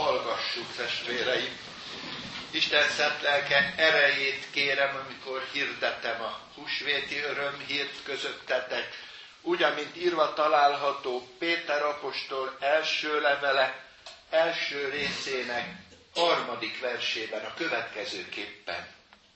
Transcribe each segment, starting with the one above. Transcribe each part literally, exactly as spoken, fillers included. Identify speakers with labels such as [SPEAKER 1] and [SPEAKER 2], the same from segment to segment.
[SPEAKER 1] hallgassuk, testvéreim. Isten szent lelke erejét kérem, amikor hirdetem a húsvéti örömhírt közöttetek, úgy, amint írva található Péter apostol első levele, első részének harmadik versében a következőképpen.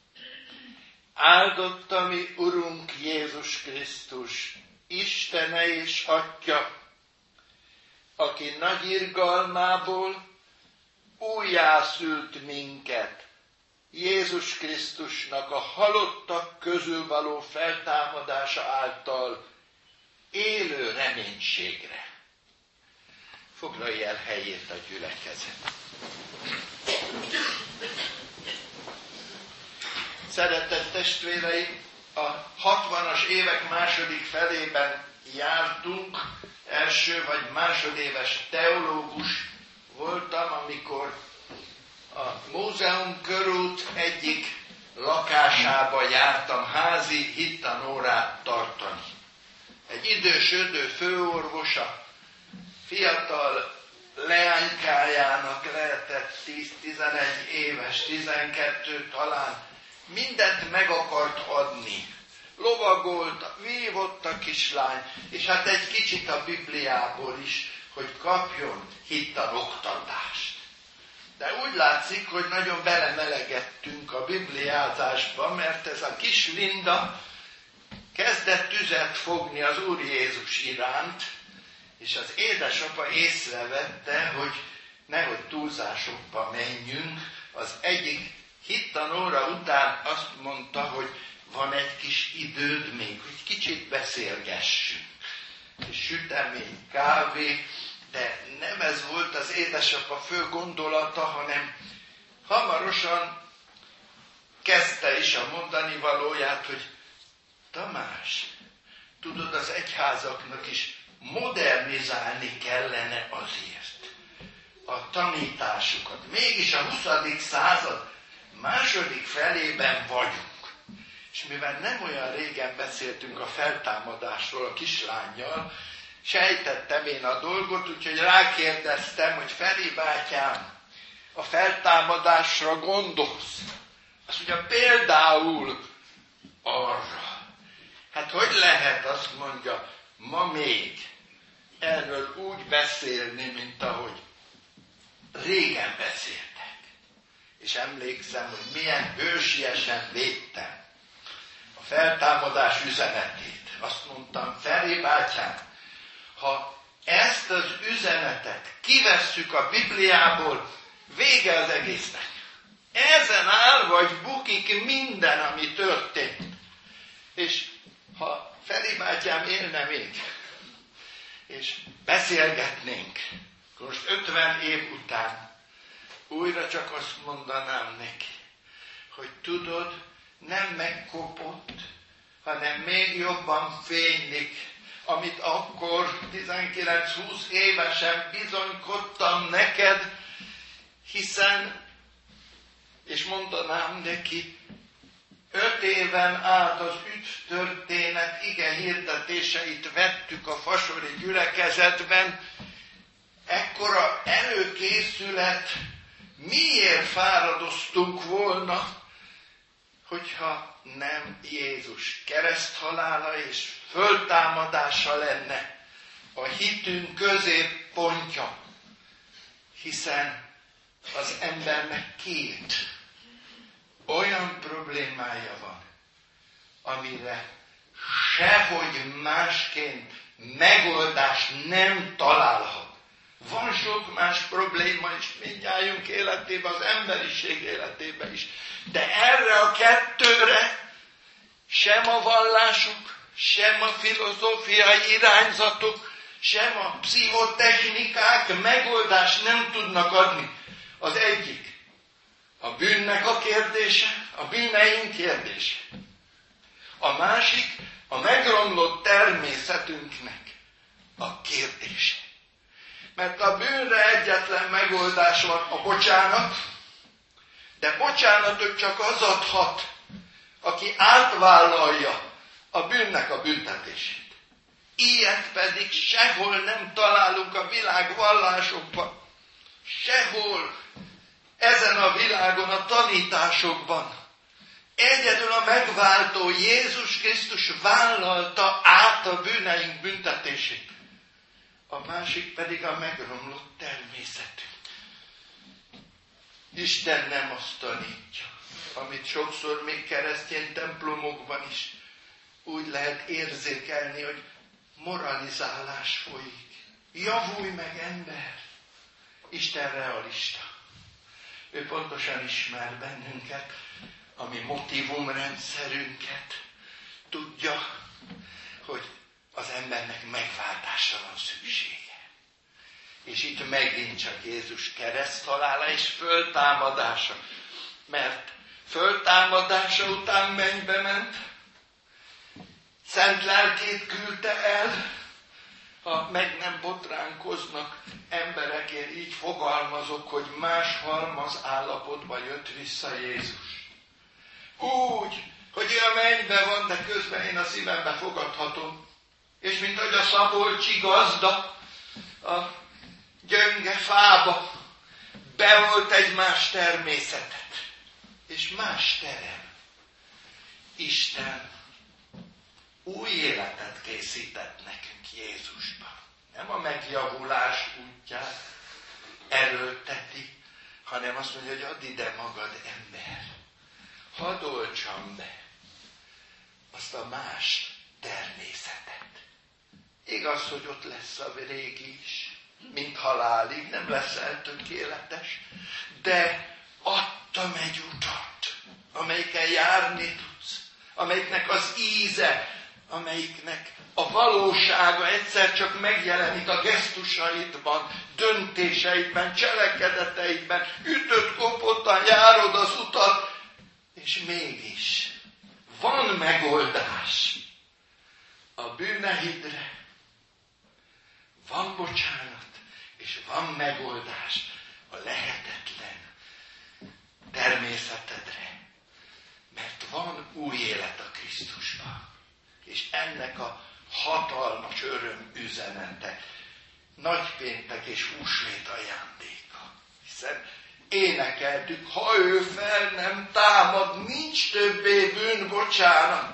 [SPEAKER 1] Áldott a mi Urunk Jézus Krisztus, Istene és Atya, aki nagy irgalmából újjászült minket Jézus Krisztusnak a halottak közül való feltámadása által élő reménységre. Foglalj el helyét a gyülekezet. Szeretett testvéreim, a hatvanas évek második felében jártunk, első vagy másodéves teológus voltam, amikor a múzeum körút egyik lakásába jártam házi hittanórát tartani. Egy idősödő főorvosa fiatal leánykájának lehetett tíz-tizenegy éves, tizenkettő talán, mindent meg akart adni. Lovagolt, vívott a kislány, és hát egy kicsit a Bibliából is, hogy kapjon hittanoktatást. De úgy látszik, hogy nagyon belemelegettünk a bibliázásba, mert ez a kis Linda kezdett tüzet fogni az Úr Jézus iránt, és az édesapa észrevette, hogy nehogy túlzásokba menjünk. Az egyik hittanóra után azt mondta, hogy van egy kis időd még, hogy kicsit beszélgessünk. És sütemény, kávé, de nem ez volt az édesapa fő gondolata, hanem hamarosan kezdte is a mondani valóját, hogy Tamás, tudod, az egyházaknak is modernizálni kellene azért a tanításukat. Mégis a huszadik század második felében vagyunk. És mivel nem olyan régen beszéltünk a feltámadásról a kislánnyal, sejtettem én a dolgot, úgyhogy rákérdeztem, hogy Feri bátyám, a feltámadásra gondolsz? Azt mondja, például arra. Hát hogy lehet, azt mondja, ma még erről úgy beszélni, mint ahogy régen beszéltek. És emlékszem, hogy milyen hősiesen védtem a feltámadás üzenetét. Azt mondtam, Feri bátyám, ha ezt az üzenetet kivesszük a Bibliából, vége az egésznek. Ezen áll vagy bukik minden, ami történt. És ha Feri bátyám élne még, és beszélgetnénk, akkor most ötven év után újra csak azt mondanám neki, hogy tudod, nem megkopott, hanem még jobban fénylik, amit akkor tizenkilenc-húsz évesen bizonykodtam neked, hiszen, és mondanám neki, öt éven át az üdvtörténet ige hirdetéseit vettük a fasori gyülekezetben, ekkora előkészület, miért fáradoztunk volna, hogyha nem Jézus kereszthalála és föltámadása lenne a hitünk középpontja, hiszen az embernek két olyan problémája van, amire sehogy másként megoldást nem találhat. Van sok más probléma is mindnyájunk életében, az emberiség életében is. De erre a kettőre sem a vallások, sem a filozófiai irányzatok, sem a pszichotechnikák megoldást nem tudnak adni. Az egyik a bűnnek a kérdése, a bűneink kérdése. A másik a megromlott természetünknek a kérdése. Mert a bűnre egyetlen megoldás van, a bocsánat, de bocsánatot csak az adhat, aki átvállalja a bűnnek a büntetését. Ilyet pedig sehol nem találunk a világ vallásokban. Sehol. világon a tanításokban. Egyedül a megváltó Jézus Krisztus vállalta át a bűneink büntetését. A másik pedig a megromlott természetünk. Isten nem azt tanítja, amit sokszor még keresztény templomokban is úgy lehet érzékelni, hogy moralizálás folyik. Javulj meg, ember! Isten realista. Ő pontosan ismer bennünket, a mi motivumrendszerünket. Tudja, hogy az embernek megváltásra van szüksége. És itt megint csak Jézus kereszthalála és föltámadása. Mert föltámadása után mennybe ment, szent lelkét küldte el, ha meg nem botránkoznak emberekért, így fogalmazok, hogy más halmaz állapotba jött vissza Jézus. Úgy, hogy ő a mennyben van, de közben én a szívembe fogadhatom. És mint hogy a szabolcsi gazda a gyönge fába beolt egy más természetet, és más terem. Isten új életet készített nekünk Jézusban. Nem a megjavulás útját erőlteti, hanem azt mondja, hogy add ide magad, ember. Hadd oltsam be azt a más természetet. Igaz, hogy ott lesz a régi is, mint halálig, nem lesz eltökéletes, de adtam egy utat, amelyikkel járni tudsz, amelyiknek az íze, amelyiknek a valósága egyszer csak megjelenik a gesztusaidban, döntéseidben, cselekedeteidben, ütött kopottan járod az utat, és mégis van megoldás a bűneidre, van bocsánat, és van megoldás a lehetetlen természetedre, mert van új élet a Krisztusban. És ennek a hatalmas öröm üzenete, nagypéntek és húsvét ajándéka. Hiszen énekeltük, ha ő fel nem támad, nincs többé bűnbocsánat.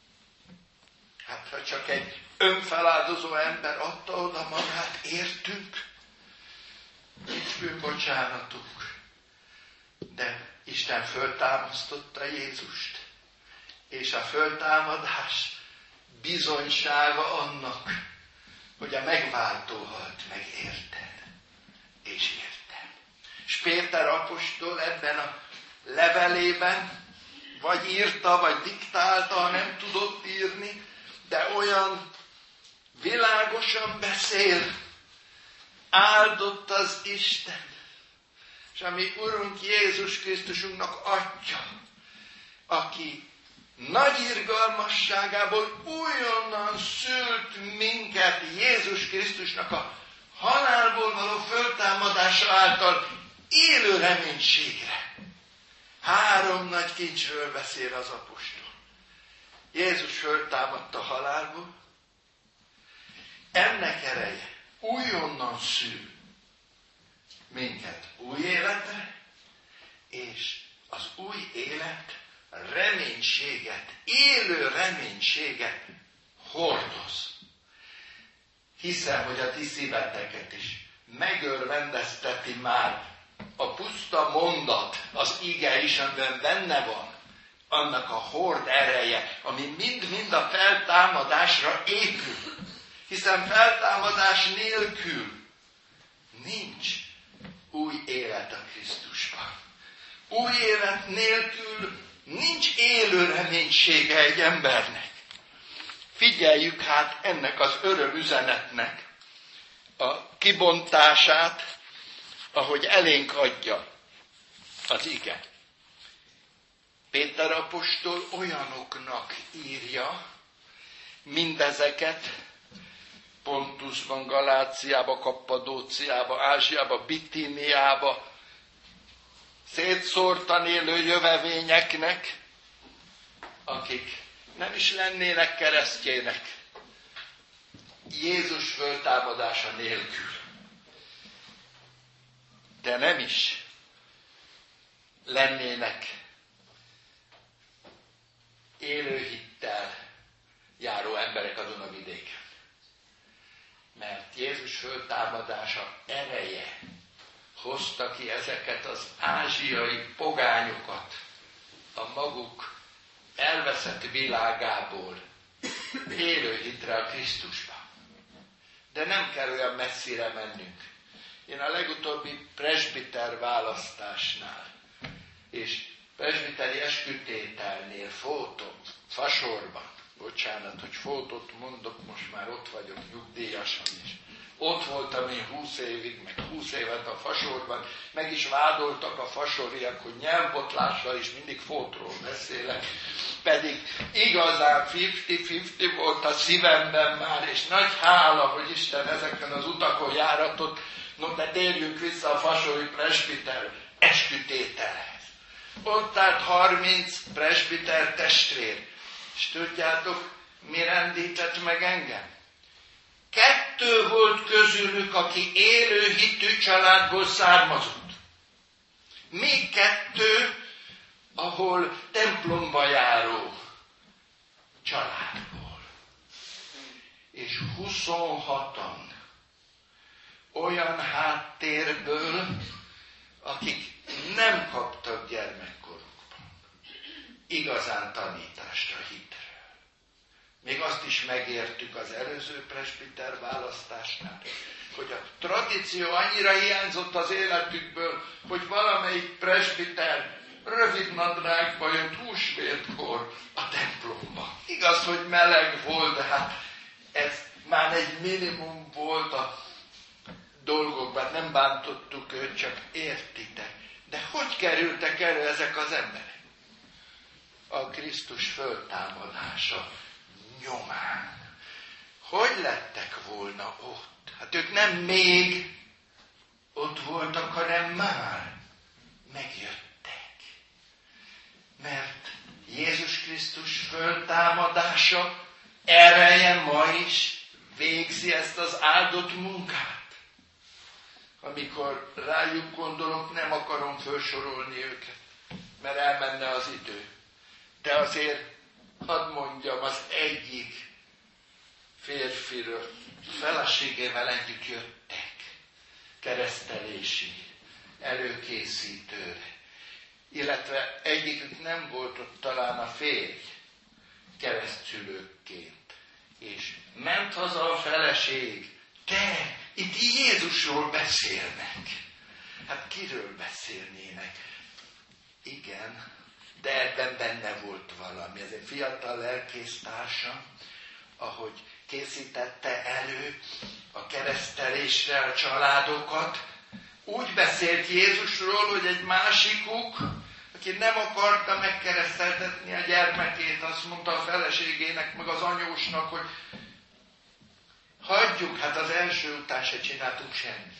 [SPEAKER 1] Hát ha csak egy önfeláldozó ember adta oda magát, értünk, nincs bűnbocsánatunk. De Isten föltámasztotta Jézust, és a föltámadás bizonysága annak, hogy a megváltó halt meg, érted? És érted. És Péter apostol ebben a levelében vagy írta, vagy diktálta, ha nem tudott írni, de olyan világosan beszél, áldott az Isten, és a mi Urunk Jézus Krisztusunknak Atya, aki nagy irgalmasságából újonnan szült minket Jézus Krisztusnak a halálból való föltámadása által élő reménységre. Három nagy kincsről beszél az apostol. Jézus föltámadt a halálból, ennek ereje újonnan szül minket új életre, és az új élet reménységet, élő reménységet hordoz. Hiszem, hogy a ti szíveteket is megörvendezteti már a puszta mondat, az ige is, amiben benne van, annak a hord ereje, ami mind-mind a feltámadásra épül. Hiszen feltámadás nélkül nincs új élet a Krisztusban. Új élet nélkül nincs élő reménysége egy embernek. Figyeljük hát ennek az örömüzenetnek a kibontását, ahogy elénk adja az ige. Péter apostol olyanoknak írja mindezeket, Pontusban, Galáciába, Kappadóciába, Ázsiába, Bitíniába, szétszórtan élő jövevényeknek, akik nem is lennének keresztjének Jézus föltámadása nélkül. De nem is. lennének élő hittel járó emberek a Dunavidéken. Mert Jézus föltámadása ereje hozta ki ezeket az ázsiai pogányokat a maguk elveszett világából élő hitre a Krisztusba. De nem kell olyan messzire mennünk. Én a legutóbbi presbiter választásnál és presbiteri eskütételnél fótom, fasorban, bocsánat, hogy fótot mondok, most már ott vagyok nyugdíjasan is. Ott voltam én húsz évig, meg húsz évet a fasorban, meg is vádoltak a fasoriak, hogy nyelvbotlással is mindig fótról beszélek, pedig igazán fifty-fifty volt a szívemben már, és nagy hála, hogy Isten ezeken az utakon járatott, no, de térjünk vissza a fasori presbiter eskütételhez. Ott állt harminc presbiter testvér, és tudjátok, mi rendített meg engem? Kettő volt közülük, aki élő hitű családból származott. Még kettő, ahol templomba járó családból. És huszonhatan olyan háttérből, akik nem kaptak gyermekkorukban igazán tanítást a hitről. Még azt is megértük az előző presbiter választásnál, hogy a tradíció annyira hiányzott az életükből, hogy valamelyik presbiter rövid nadrágba jött húsvétkor a templomba. Igaz, hogy meleg volt, de hát ez már egy minimum volt a dolgokban, nem bántottuk őt, csak értitek. De hogy kerültek elő ezek az emberek? A Krisztus föltámadása nyomán. Hogy lettek volna ott? Hát ők nem még ott voltak, hanem már megjöttek. Mert Jézus Krisztus föltámadása ereje ma is végzi ezt az áldott munkát. Amikor rájuk gondolok, nem akarom felsorolni őket, mert elmenne az idő. De azért hadd mondjam, az egyik férfiről feleségével együtt jöttek keresztelési előkészítőre. Illetve egyikük nem volt ott, talán a férj keresztszülőkként. És ment haza a feleség. Te, itt Jézusról beszélnek. Hát kiről beszélnének? Igen, de ebben benne volt valami. Ez egy fiatal lelkésztársam, ahogy készítette elő a keresztelésre a családokat, úgy beszélt Jézusról, hogy egy másikuk, aki nem akarta megkereszteltetni a gyermekét, azt mondta a feleségének, meg az anyósnak, hogy hagyjuk, hát az első után se csináltunk semmit.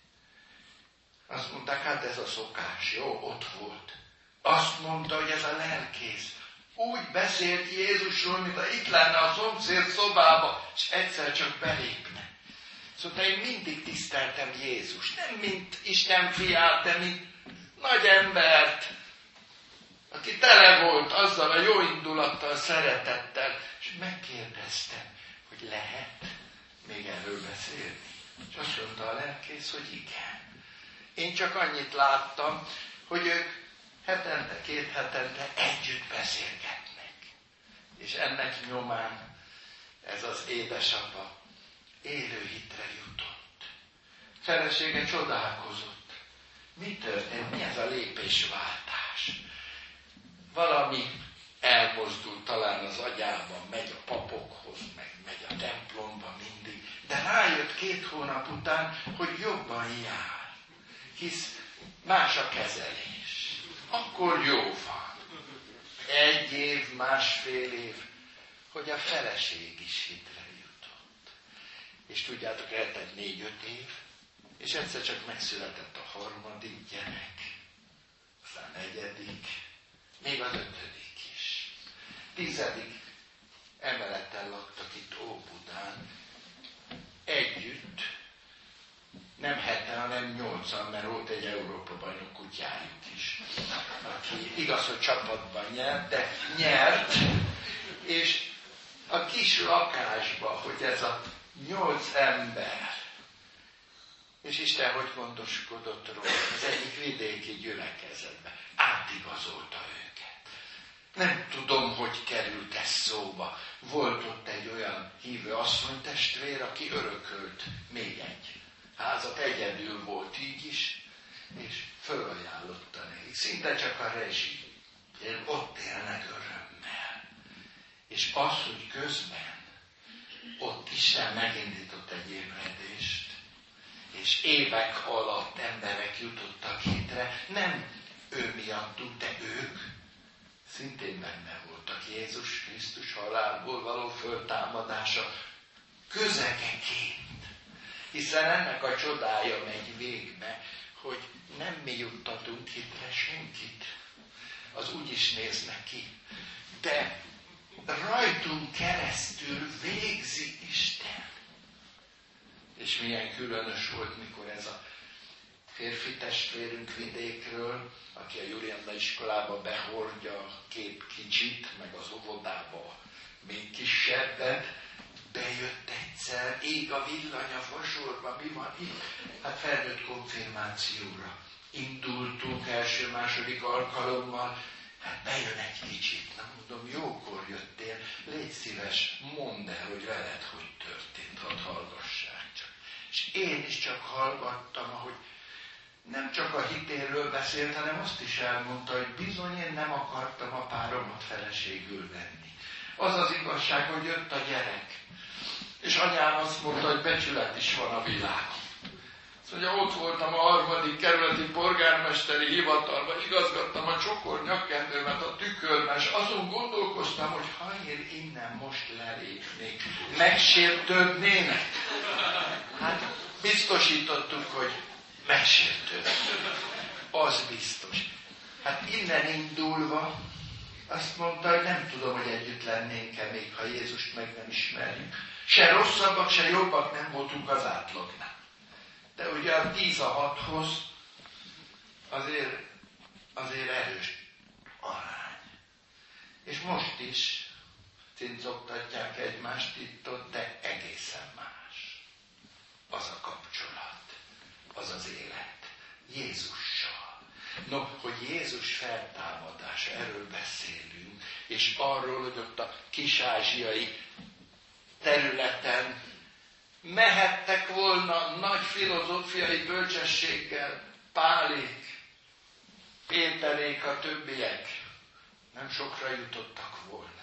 [SPEAKER 1] Azt mondták, hát ez a szokás, jó, ott volt. Azt mondta, hogy ez a lelkész úgy beszélt Jézusról, mintha itt lenne a szomszéd szobába, és egyszer csak belépne. Szóval én mindig tiszteltem Jézus, nem mint Isten fiát, de mint nagy embert, aki tele volt azzal a jó indulattal, szeretettel, és megkérdeztem, hogy lehet még erről beszélni. És azt mondta a lelkész, hogy igen. Én csak annyit láttam, hogy ők hetente, két hetente együtt beszélgetnek. És ennek nyomán ez az édesapa élő hitre jutott. Felesége csodálkozott. Mi történt? Mi ez a lépésváltás? Valami elmozdul talán az agyában, megy a papokhoz, meg megy a templomba mindig. De rájött két hónap után, hogy jobban jár. Hisz más a kezelés. Akkor jó van. Egy év, másfél év, hogy a feleség is hitre jutott. És tudjátok, eltelt négy-öt év, és egyszer csak megszületett a harmadik gyerek, aztán negyedik, még az ötödik is. Tizedik emeleten laktak itt Óbudán, együtt, nem heten, hanem nyolcan, mert volt egy Európa-bajnok kutyájuk is, aki igaz, hogy csapatban nyert, de nyert, és a kis lakásba, hogy ez a nyolc ember, és Isten hogy gondoskodott róla, az egyik vidéki gyülekezetben, átigazolta őket. Nem tudom, hogy került ez szóba. Volt ott egy olyan hívő asszonytestvér, aki örökölt még egy házat, egyedül volt így is, és fölajánlotta nekik. Szinte csak a rezsi. Ott élnek örömmel. És az, hogy közben ott Isten megindított egy ébredést, és évek alatt emberek jutottak hitre, nem ő miattuk, de ők szintén benne voltak Jézus Krisztus halálból való föltámadása közegeként. Hiszen ennek a csodája megy végbe, hogy nem mi juttatunk hitre senkit. Az úgy is néz neki. De rajtunk keresztül végzi Isten. És milyen különös volt, mikor ez a férfi testvérünk vidékről, aki a Julianna iskolába behordja a kép kicsit, meg az óvodába még kisebbet, bejött egyszer, ég a villany a fasorba, mi van itt? Hát felnőtt konfirmációra. Indultunk első-második alkalommal, hát bejön egy kicsit, nem mondom, jókor jöttél, légy szíves, mondd el, hogy veled hogy történt, hadd hallgassák csak. És én is csak hallgattam, ahogy nem csak a hitéről beszélt, hanem azt is elmondta, hogy bizony én nem akartam a páromat feleségül venni. Az az igazság, hogy jött a gyerek. És anyám azt mondta, hogy becsület is van a világon. Szóval ott voltam a harmadik kerületi polgármesteri hivatalban, igazgattam a csokor nyakkendőmet a tükörben, és azon gondolkoztam, hogy ha én innen most lelépnék, megsértődnének. Hát biztosítottuk, hogy megsértődnek. Az biztos. Hát innen indulva azt mondta, hogy nem tudom, hogy együtt lennénk-e még, ha Jézust meg nem ismerjük. Se rosszabbak, se jobbak nem voltunk az átlagnál. De ugye a tíz a hathoz azért, azért erős arány. És most is cincogtatják egymást itt-ott, de egészen más. Az a kapcsolat, az az élet. Jézussal. No, hogy Jézus feltámadása, erről beszélünk, és arról, hogy ott a kis-ázsiai területen mehettek volna nagy filozófiai bölcsességgel Pálék, Péterék, a többiek. Nem sokra jutottak volna.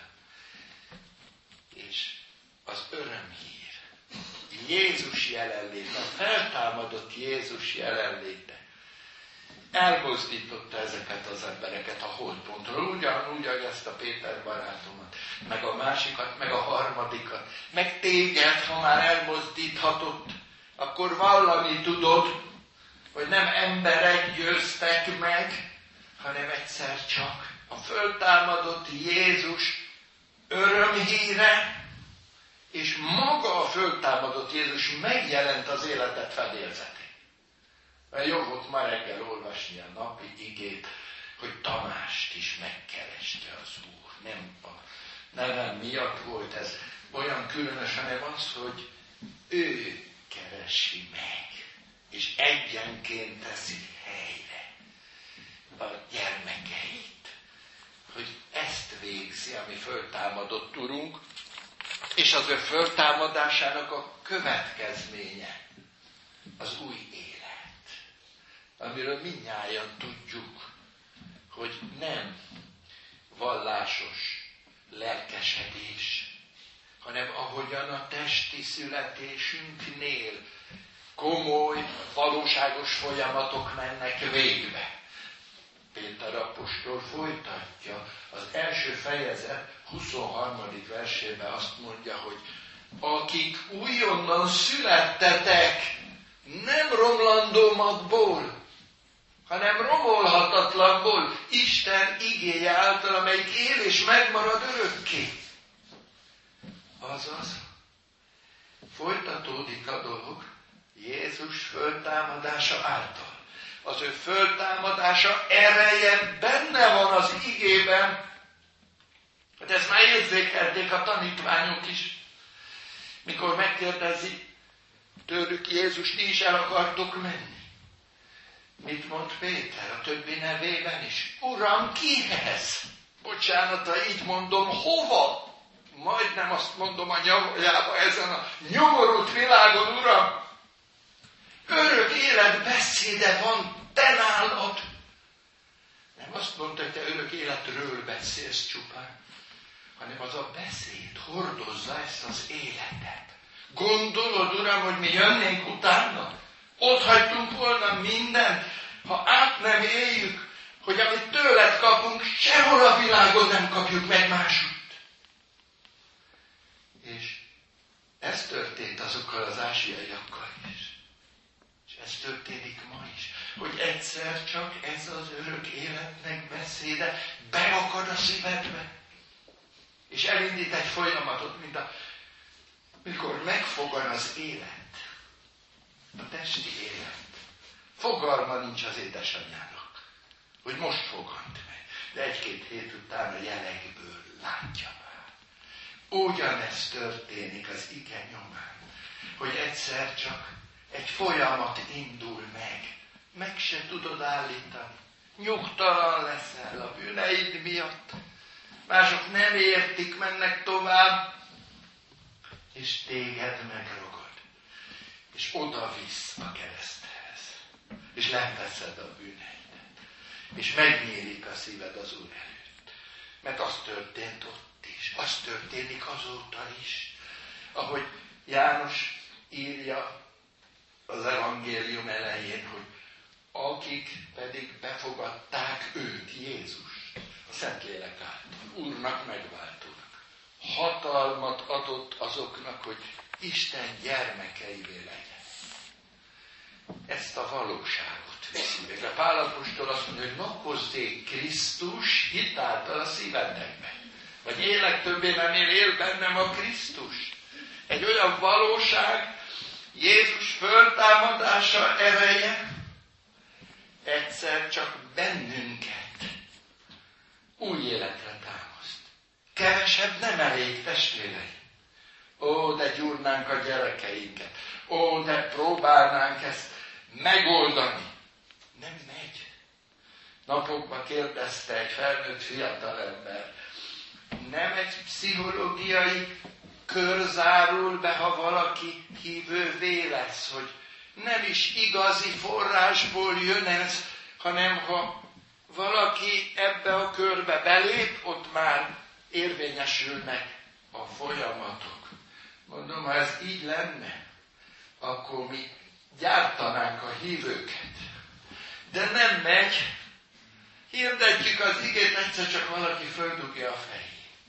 [SPEAKER 1] És az örömhír, Jézus jelenléte, a feltámadott Jézus jelenléte elmozdította ezeket az embereket a holdpontról, ugyanúgy, ahogy ezt a Péter barátomat, meg a másikat, meg a harmadikat, meg téged, ha már elmozdíthatott, akkor vallani tudod, hogy nem emberek győztek meg, hanem egyszer csak a föltámadott Jézus örömhíre, és maga a föltámadott Jézus megjelent az életet fedélzetén. Mert jó volt ma reggel olvasni a napi igét, hogy Tamást is megkereste az Úr. Nem a nevem miatt volt ez olyan különös, hanem az, hogy ő keresi meg, és egyenként teszi helyre a gyermekeit. Hogy ezt végzi, ami föltámadott Urunk, és az ő föltámadásának a következménye az új élet. Amiről mindnyájan tudjuk, hogy nem vallásos lelkesedés, hanem ahogyan a testi születésünknél komoly, valóságos folyamatok mennek végbe. Péter apostol folytatja, az első fejezet huszonharmadik versében azt mondja, hogy akik újonnan születtetek, nem romlandó magból, hanem romolhatatlanból, Isten igéje által, amelyik él és megmarad örökké. Azaz, folytatódik a dolog, Jézus föltámadása által. Az ő föltámadása ereje benne van az igében. Hát ezt már érzékelték a tanítványok is. Mikor megkérdezi tőlük Jézus, ti is el akartok menni? Mit mond Péter a többi nevében is? Uram, kihez? Bocsánat, ha így mondom, hova? Majdnem azt mondom a nyavajába ezen a nyomorult világon, Uram. Örök élet beszéde van te nálad. Nem azt mondta, hogy te örök életről beszélsz csupán, hanem az a beszéd hordozza ezt az életet. Gondolod, Uram, hogy mi jönnénk utána? Ott hagytunk volna mindent, ha át nem éljük, hogy amit tőled kapunk, sehol a világon nem kapjuk meg másutt. És ez történt azokkal az ázsiaiakkal is. És ez történik ma is, hogy egyszer csak ez az örök életnek beszéde beakad a szívedbe, és elindít egy folyamatot, mint a, mikor megfogan az élet, a testi élet. Fogalma nincs az édesanyjának, hogy most fogant meg, de egy-két hét után a jelekből látja már. Ugyanez történik az ige nyomán, hogy egyszer csak egy folyamat indul meg, meg se tudod állítani. Nyugtalan leszel a bűneid miatt, mások nem értik, mennek tovább, és téged megragad, és oda visz a kereszthez, és leteszed a bűneidet, és megnyílik a szíved az Úr előtt. Mert az történt ott is, az történik azóta is, ahogy János írja az evangélium elején, hogy akik pedig befogadták őt, Jézust, a Szentlélek által, Úrnak, megváltónak, hatalmat adott azoknak, hogy Isten gyermekeivé legyen. Ezt a valóságot viszi meg. A Pál apostol azt mondja, hogy lakozzék Krisztus hitáltal a szívedekbe. Vagy élek többé nem él, él bennem a Krisztus. Egy olyan valóság, Jézus föltámadása ereje egyszer csak bennünket új életre támaszt. Kevesebb nem elég, testvéreim. Ó, de gyúrnánk a gyerekeinket. Ó, de próbálnánk ezt megoldani. Nem megy. Napokban kérdezte egy felnőtt fiatalember, nem egy pszichológiai kör zárul be, ha valaki hívővé lesz, hogy nem is igazi forrásból jön ez, hanem ha valaki ebbe a körbe belép, ott már érvényesülnek a folyamatok. Mondom, ha ez így lenne, akkor mi gyártanánk a hívőket. De nem megy. Hirdetjük az igét, egyszer csak valaki földugja a fejét.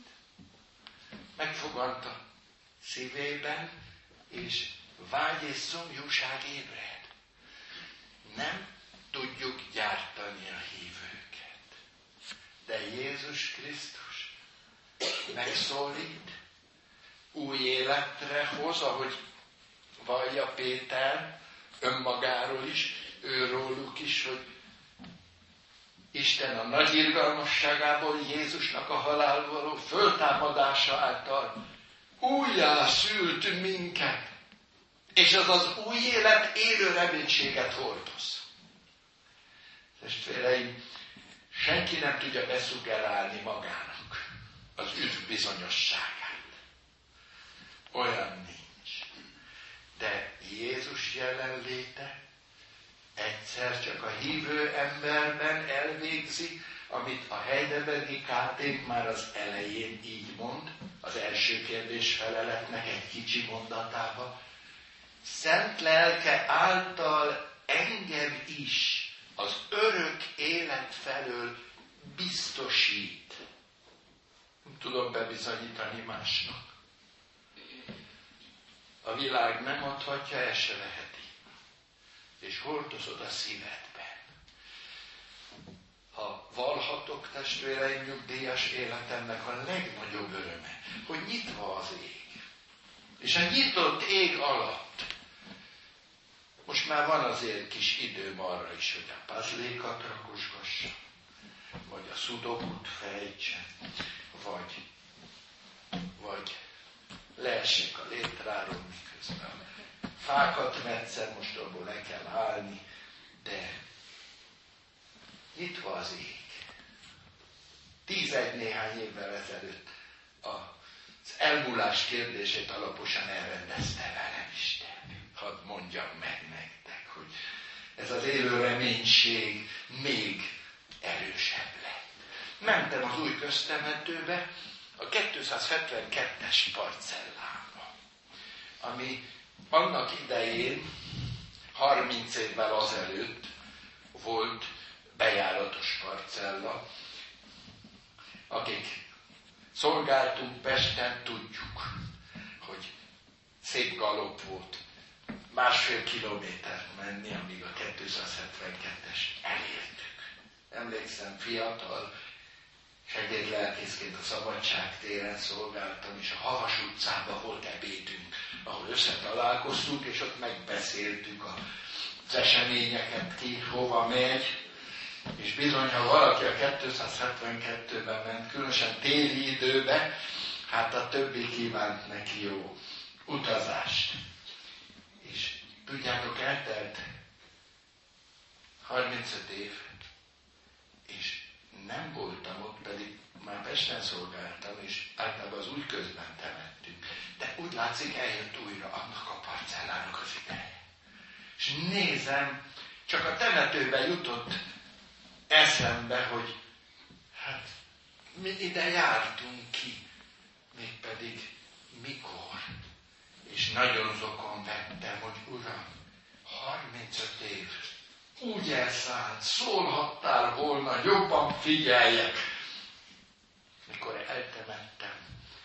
[SPEAKER 1] Megfogant szívében, és vágy és szomjúság ébred. Nem tudjuk gyártani a hívőket. De Jézus Krisztus megszólít, új életre hoz, ahogy vallja Péter önmagáról is, őróluk is, hogy Isten a nagy irgalmasságából, Jézusnak a halálból való föltámadása által újjá szült minket, és az az új élet élő reménységet hordoz. Testvéreim, senki nem tudja beszuggerálni magának az üdv bizonyosságát. Olyan nincs. De Jézus jelenléte egyszer csak a hívő emberben elvégzi, amit a Heidelbergi Káték már az elején így mond, az első kérdés feleletnek egy kicsi mondatába. Szent lelke által engem is az örök élet felől biztosít. Nem tudom bebizonyítani másnak. A világ nem adhatja, el se veheti. És hordozod a szívedben. Ha valhatok, testvéreim, nyugdíjas életemnek a legnagyobb öröme, hogy nyitva az ég. És a nyitott ég alatt most már van azért kis időm arra is, hogy a puzzlékat rakosgassam, vagy a szudokut fejtsem, vagy, vagy leessek a létráról, miközben fákat metszem, most abból le kell állni, de nyitva az ég. Tízegy néhány évvel ezelőtt az elmúlás kérdését alaposan elrendezte velem Isten. Hadd mondjam meg nektek, hogy ez az élő reménység még erősebb lett. Mentem az új köztemetőbe, a kétszázhetvenkettes parcellába, ami annak idején, harminc évvel azelőtt volt bejáratos parcella. Akik szolgáltunk Pesten, tudjuk, hogy szép galop volt. Másfél kilométert menni, amíg a kétszázhetvenkettest elértük. Emlékszem, fiatal, segédlelkészként a Szabadság téren szolgáltam, és a Havas utcában volt ebédünk, ahol összetalálkoztunk, és ott megbeszéltük az eseményeket, ki hova megy, és bizony, ha valaki a kétszázhetvenkettőben ment, különösen téli időben, hát a többi kívánt neki jó utazást. És tudjátok, eltelt harmincöt év, és nem voltam ott, pedig már Pesten szolgáltam, és általában az új közben temettünk. De úgy látszik, eljött újra annak a parcellának az ideje. És nézem, csak a temetőbe jutott eszembe, hogy hát mi ide jártunk ki, mégpedig mikor. És nagyon zokon vettem, hogy Uram, harmincöt év, úgy elszállt, szólhattál volna, jobban figyeljek. Mikor eltemettem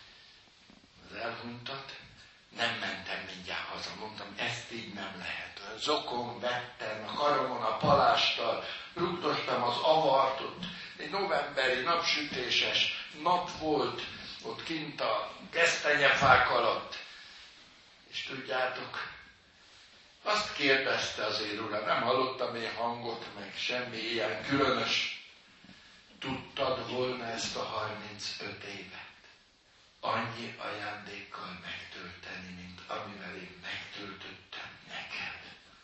[SPEAKER 1] az elhunytat, nem mentem mindjárt haza, mondtam, ezt így nem lehet. Zokon vettem, a karomon a palásttal, rúgdostam az avart, ott egy novemberi napsütéses nap volt, ott kint a gesztenyefák alatt. És tudjátok, azt kérdezte az én Uram, nem hallottam én hangot, meg semmi ilyen különös. Tudtad volna ezt a harmincöt évet annyi ajándékkal megtölteni, mint amivel én megtöltöttem neked?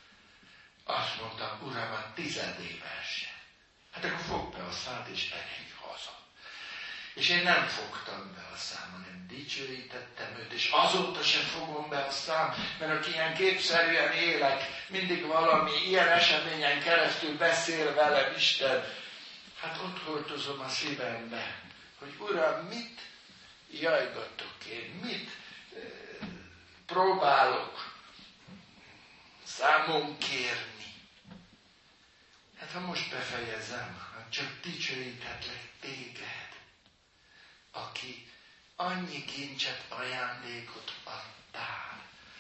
[SPEAKER 1] Azt mondtam, Uram, a tizedével sem. Hát akkor fogd be a szád, és eredj haza. És én nem fogtam be a szám, hanem dicsőítettem őt, és azóta sem fogom be a szám, mert aki ilyen képszerűen élek, mindig valami ilyen eseményen keresztül beszél velem Isten, hát ott holtozom a szívembe, hogy Uram, mit jajgatok én, mit e, próbálok számon kérni. Hát ha most befejezem, csak dicsőíthetlek téged, aki annyi kincset, ajándékot adtál,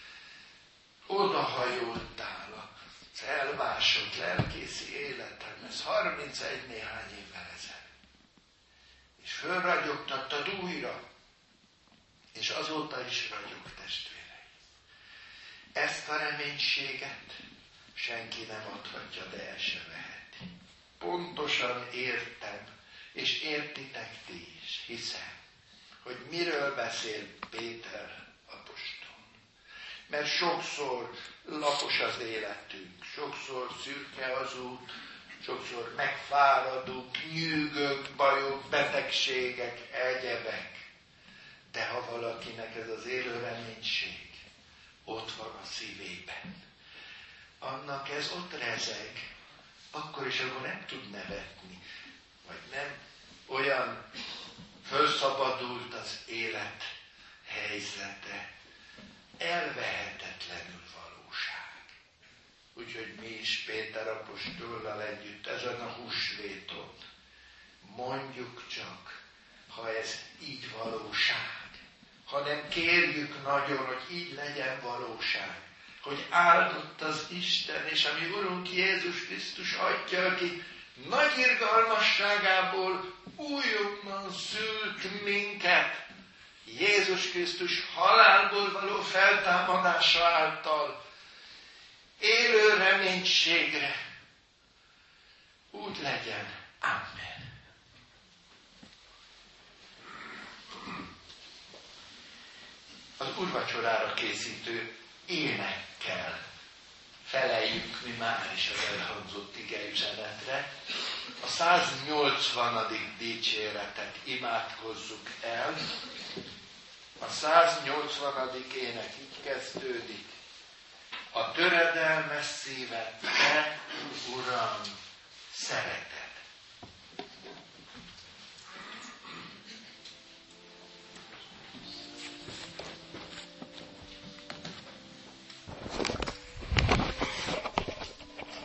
[SPEAKER 1] odahajoltál az elvásott lelkészi életemhez harmincegy néhány évvel ezelőtt. És fölragyogtattad újra, és azóta is ragyog, testvérei. Ezt a reménységet senki nem adhatja, de el se veheti. Pontosan értem, és értitek ti is, hiszem, hogy miről beszél Péter apostol. Mert sokszor lapos az életünk, sokszor szürke az út, sokszor megfáradunk, nyűgök, bajok, betegségek, egyebek. De ha valakinek ez az élő reménység ott van a szívében, annak ez ott rezeg, akkor is akkor nem tud nevetni, vagy nem olyan fölszabadult az élet helyzete, elvehetetlenül valóság. Úgyhogy mi is Péter apostollal együtt ezen a húsvéton mondjuk csak, ha ez így valóság, hanem kérjük nagyon, hogy így legyen valóság, hogy áldott az Isten, és ami Urunk Jézus Krisztus Atya, aki nagy irgalmasságából újonnan szült minket, Jézus Krisztus halálból való feltámadása által, élő reménységre. Úgy legyen. Amen. Az úrvacsorára készítő énekkel feleljünk mi már is az elhangzott igeüzenetre. A száznyolcvanadik dicséretet imádkozzuk el. A száznyolcvanadik ének így kezdődik. A töredelmes szívet te